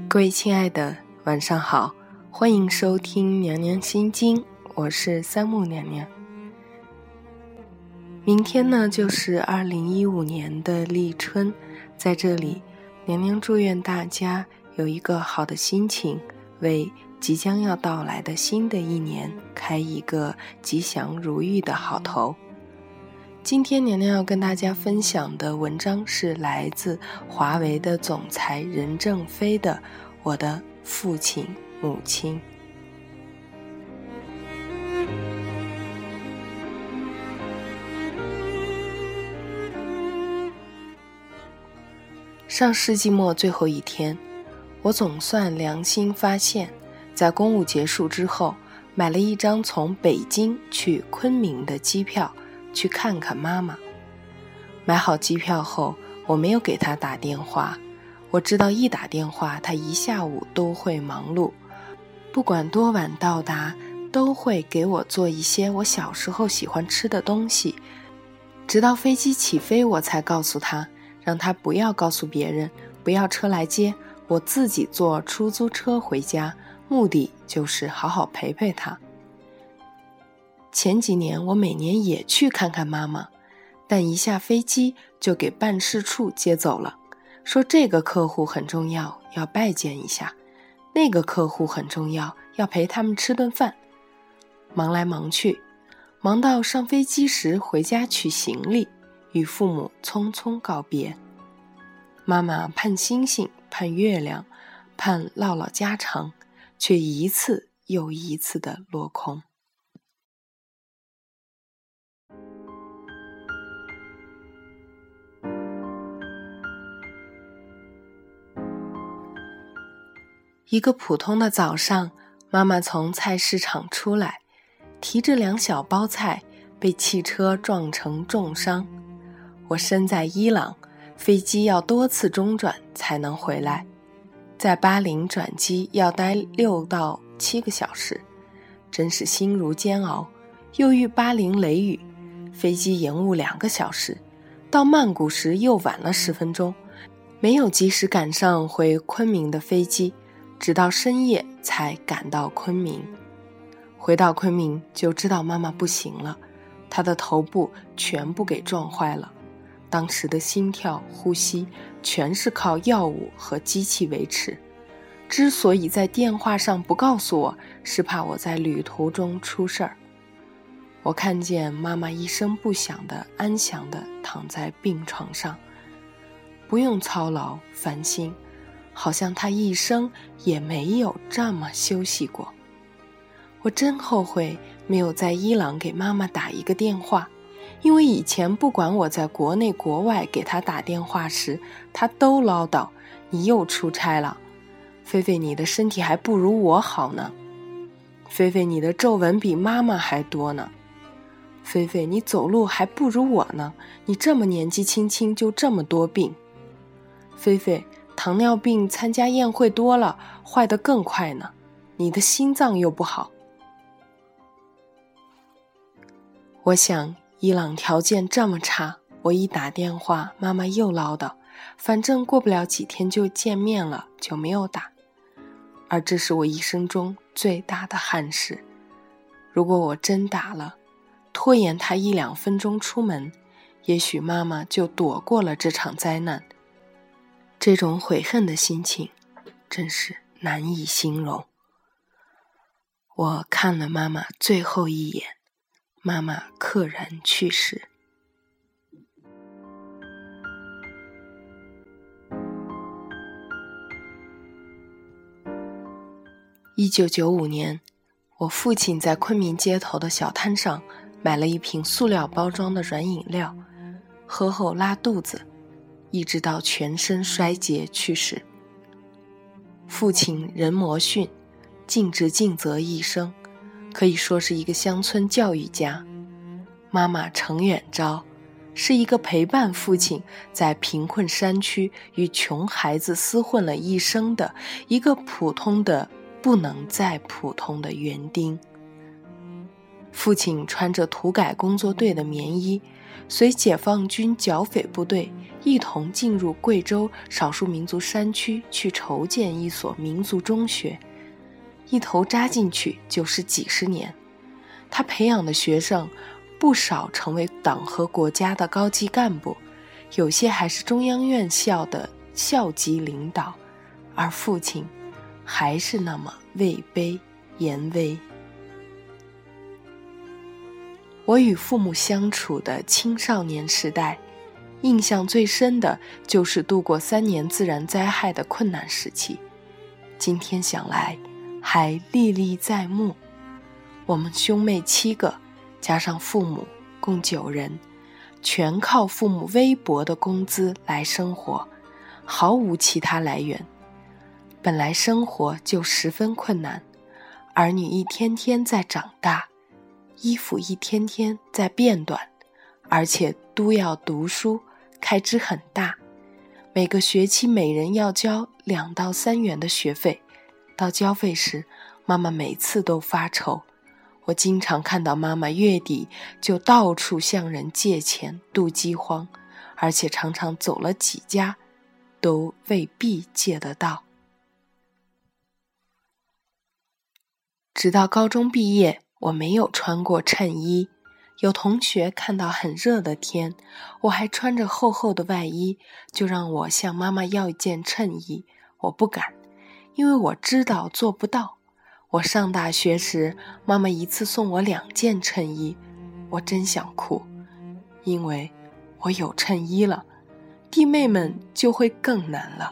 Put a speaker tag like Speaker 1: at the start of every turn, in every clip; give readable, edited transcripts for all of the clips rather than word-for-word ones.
Speaker 1: 各位亲爱的，晚上好，欢迎收听娘娘心经，我是三木娘娘。明天呢就是2015年的立春，在这里娘娘祝愿大家有一个好的心情，为即将要到来的新的一年开一个吉祥如意的好头。今天娘娘要跟大家分享的文章是来自华为的总裁任正非的《我的父亲母亲》。上世纪末最后一天，我总算良心发现，在公务结束之后，买了一张从北京去昆明的机票，去看看妈妈。买好机票后，我没有给她打电话，我知道一打电话她一下午都会忙碌，不管多晚到达，都会给我做一些我小时候喜欢吃的东西。直到飞机起飞，我才告诉她，让她不要告诉别人，不要车来接，我自己坐出租车回家，目的就是好好陪陪她。前几年我每年也去看看妈妈，但一下飞机就给办事处接走了，说这个客户很重要，要拜见一下，那个客户很重要，要陪他们吃顿饭。忙来忙去，忙到上飞机时回家取行李，与父母匆匆告别。妈妈盼星星，盼月亮，盼唠唠家常，却一次又一次的落空。一个普通的早上，妈妈从菜市场出来，提着2小包菜，被汽车撞成重伤。我身在伊朗，飞机要多次中转才能回来，在巴林转机要待6到7个小时，真是心如煎熬。又遇巴林雷雨，飞机延误2个小时，到曼谷时又晚了10分钟，没有及时赶上回昆明的飞机，直到深夜才赶到昆明。回到昆明就知道妈妈不行了，她的头部全部给撞坏了，当时的心跳、呼吸全是靠药物和机器维持。之所以在电话上不告诉我，是怕我在旅途中出事儿。我看见妈妈一声不响地安详地躺在病床上，不用操劳烦心，好像她一生也没有这么休息过。我真后悔没有在伊朗给妈妈打一个电话，因为以前不管我在国内国外给她打电话时，她都唠叨，你又出差了，菲菲你的身体还不如我好呢，菲菲你的皱纹比妈妈还多呢，菲菲你走路还不如我呢，你这么年纪轻轻就这么多病，菲菲糖尿病参加宴会多了，坏得更快呢，你的心脏又不好。我想伊朗条件这么差，我一打电话妈妈又唠叨，反正过不了几天就见面了，就没有打。而这是我一生中最大的憾事，如果我真打了，拖延她1-2分钟出门，也许妈妈就躲过了这场灾难。这种悔恨的心情真是难以形容。我看了妈妈最后一眼，妈妈溘然去世。1995年，我父亲在昆明街头的小摊上买了一瓶塑料包装的软饮料，喝后拉肚子，一直到全身衰竭去世。父亲任摩训，尽职尽责一生，可以说是一个乡村教育家。妈妈程远昭是一个陪伴父亲在贫困山区与穷孩子厮混了一生的一个普通的不能再普通的园丁。父亲穿着土改工作队的棉衣，随解放军剿匪部队一同进入贵州少数民族山区去筹建一所民族中学，一头扎进去就是几十年。他培养的学生不少成为党和国家的高级干部，有些还是中央院校的校级领导，而父亲还是那么位卑言微。我与父母相处的青少年时代，印象最深的就是度过3年自然灾害的困难时期，今天想来还历历在目。我们兄妹7个，加上父母共9人，全靠父母微薄的工资来生活，毫无其他来源。本来生活就十分困难，儿女一天天在长大，衣服一天天在变短，而且都要读书，开支很大。每个学期每人要交2到3元的学费，到交费时，妈妈每次都发愁。我经常看到妈妈月底就到处向人借钱度饥荒，而且常常走了几家，都未必借得到。直到高中毕业，我没有穿过衬衣。有同学看到很热的天，我还穿着厚厚的外衣，就让我向妈妈要一件衬衣。我不敢，因为我知道做不到。我上大学时，妈妈一次送我2件衬衣，我真想哭，因为我有衬衣了，弟妹们就会更难了。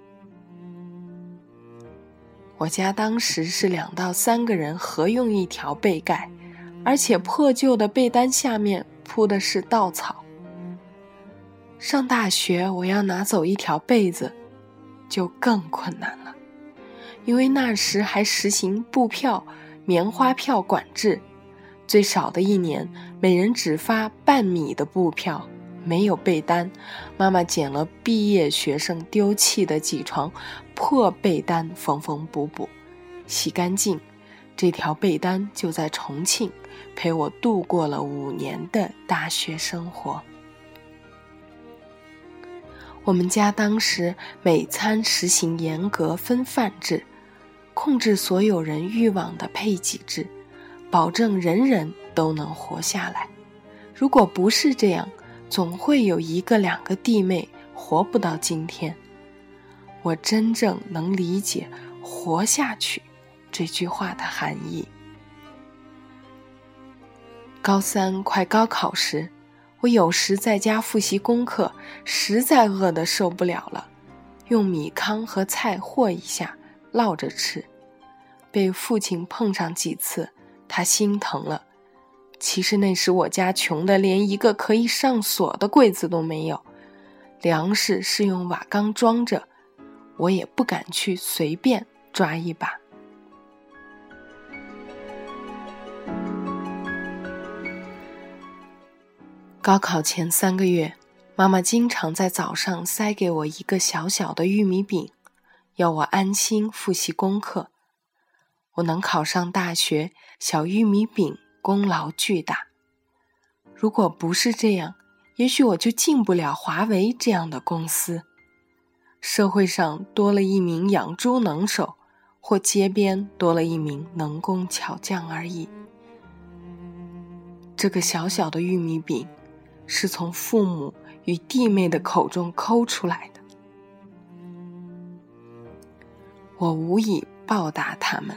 Speaker 1: 我家当时是2到3个人合用一条被盖，而且破旧的被单下面铺的是稻草。上大学我要拿走一条被子，就更困难了，因为那时还实行布票、棉花票管制，最少的一年每人只发半米的布票，没有被单。妈妈捡了毕业学生丢弃的几床破被单，缝缝补补，洗干净，这条被单就在重庆陪我度过了5年的大学生活。我们家当时每餐实行严格分饭制，控制所有人欲望的配给制，保证人人都能活下来。如果不是这样，总会有1个2个弟妹活不到今天。我真正能理解活下去这句话的含义。高3快高考时，我有时在家复习功课，实在饿得受不了了，用米糠和菜和一下烙着吃。被父亲碰上几次，他心疼了。其实那时我家穷得连一个可以上锁的柜子都没有，粮食是用瓦缸装着，我也不敢去随便抓一把。高考前3个月，妈妈经常在早上塞给我一个小小的玉米饼，要我安心复习功课。我能考上大学，小玉米饼功劳巨大。如果不是这样，也许我就进不了华为这样的公司。社会上多了一名养猪能手，或街边多了一名能工巧匠而已。这个小小的玉米饼是从父母与弟妹的口中抠出来的，我无以报答他们。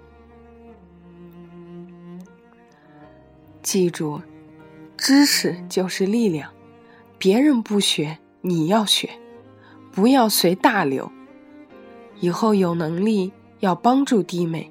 Speaker 1: 记住，知识就是力量，别人不学，你要学，不要随大流。以后有能力要帮助弟妹。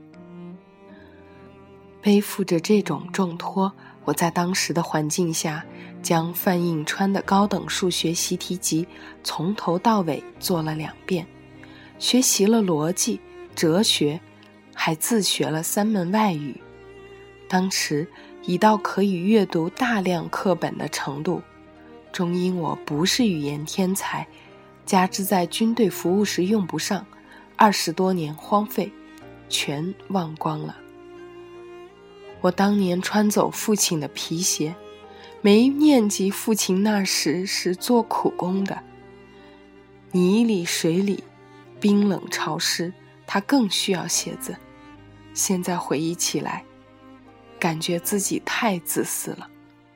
Speaker 1: 背负着这种重托，我在当时的环境下，将范应川的高等数学习题集从头到尾做了2遍，学习了逻辑、哲学，还自学了3门外语。当时已到可以阅读大量课本的程度，终因我不是语言天才，加之在军队服务时用不上，20多年荒废，全忘光了。我当年穿走父亲的皮鞋， 没念及父亲那时是做苦工的，泥里水里，冰冷潮湿，他更需要鞋子。现在回忆起来，感觉自己太自私了。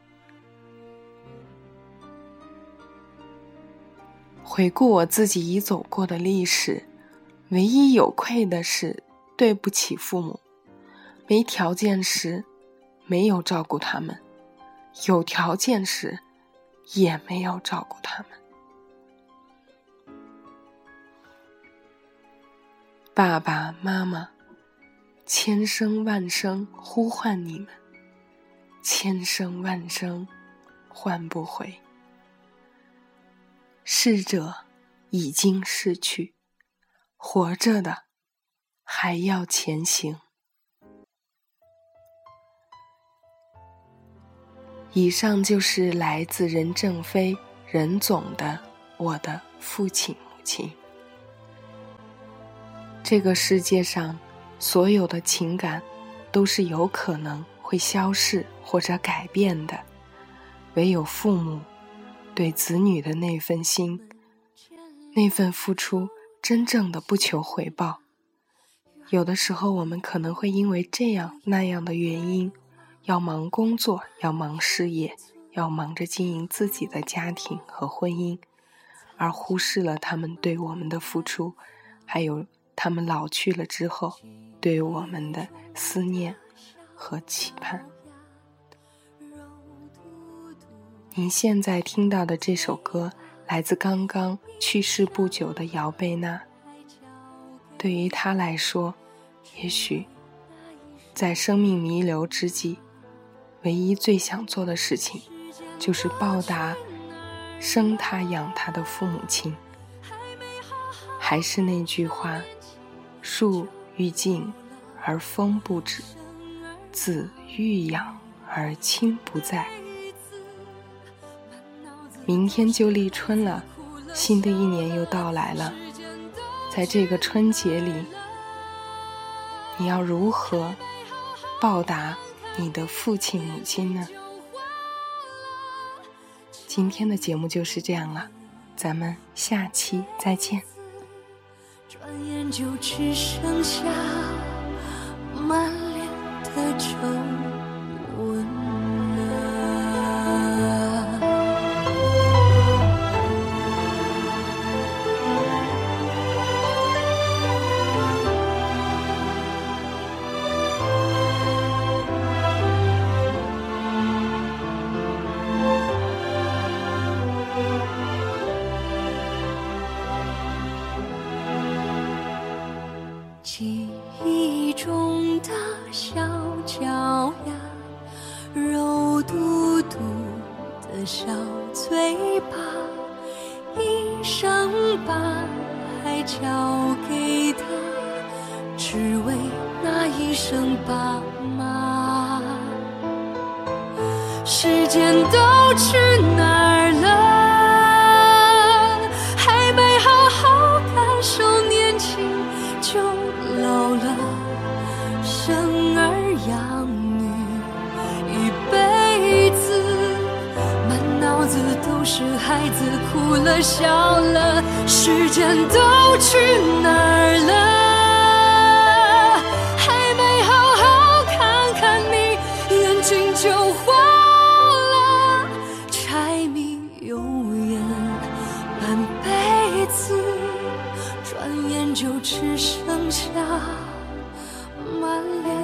Speaker 1: 回顾我自己已走过的历史，唯一有愧的是对不起父母。没条件时没有照顾他们，有条件时也没有照顾他们。爸爸妈妈，千声万声呼唤你们，千声万声唤不回。逝者已经逝去，活着的还要前行。以上就是来自任正非、任总的我的父亲母亲。这个世界上所有的情感都是有可能会消逝或者改变的，唯有父母对子女的那份心，那份付出真正的不求回报。有的时候我们可能会因为这样那样的原因，要忙工作，要忙事业，要忙着经营自己的家庭和婚姻，而忽视了他们对我们的付出，还有他们老去了之后对我们的思念和期盼。您现在听到的这首歌来自刚刚去世不久的姚贝娜。对于她来说，也许在生命弥留之际，唯一最想做的事情就是报答生她养她的父母亲。还是那句话，树欲静而风不止，子欲养而亲不在。明天就立春了，新的一年又到来了。在这个春节里，你要如何报答你的父亲母亲呢？今天的节目就是这样了，咱们下期再见。
Speaker 2: 转眼就只剩下满脸的皱纹了。记忆中的小脚丫，肉嘟嘟的小嘴巴，一生把爱交给他，只为那一声爸妈。时间都去哪儿了？还没好好感受年轻就老了，生儿养女一辈子，满脑子都是孩子哭了笑了，时间都去哪儿了？还没好好看看你，眼睛就花了，柴米油盐半辈子，转眼就只剩下满脸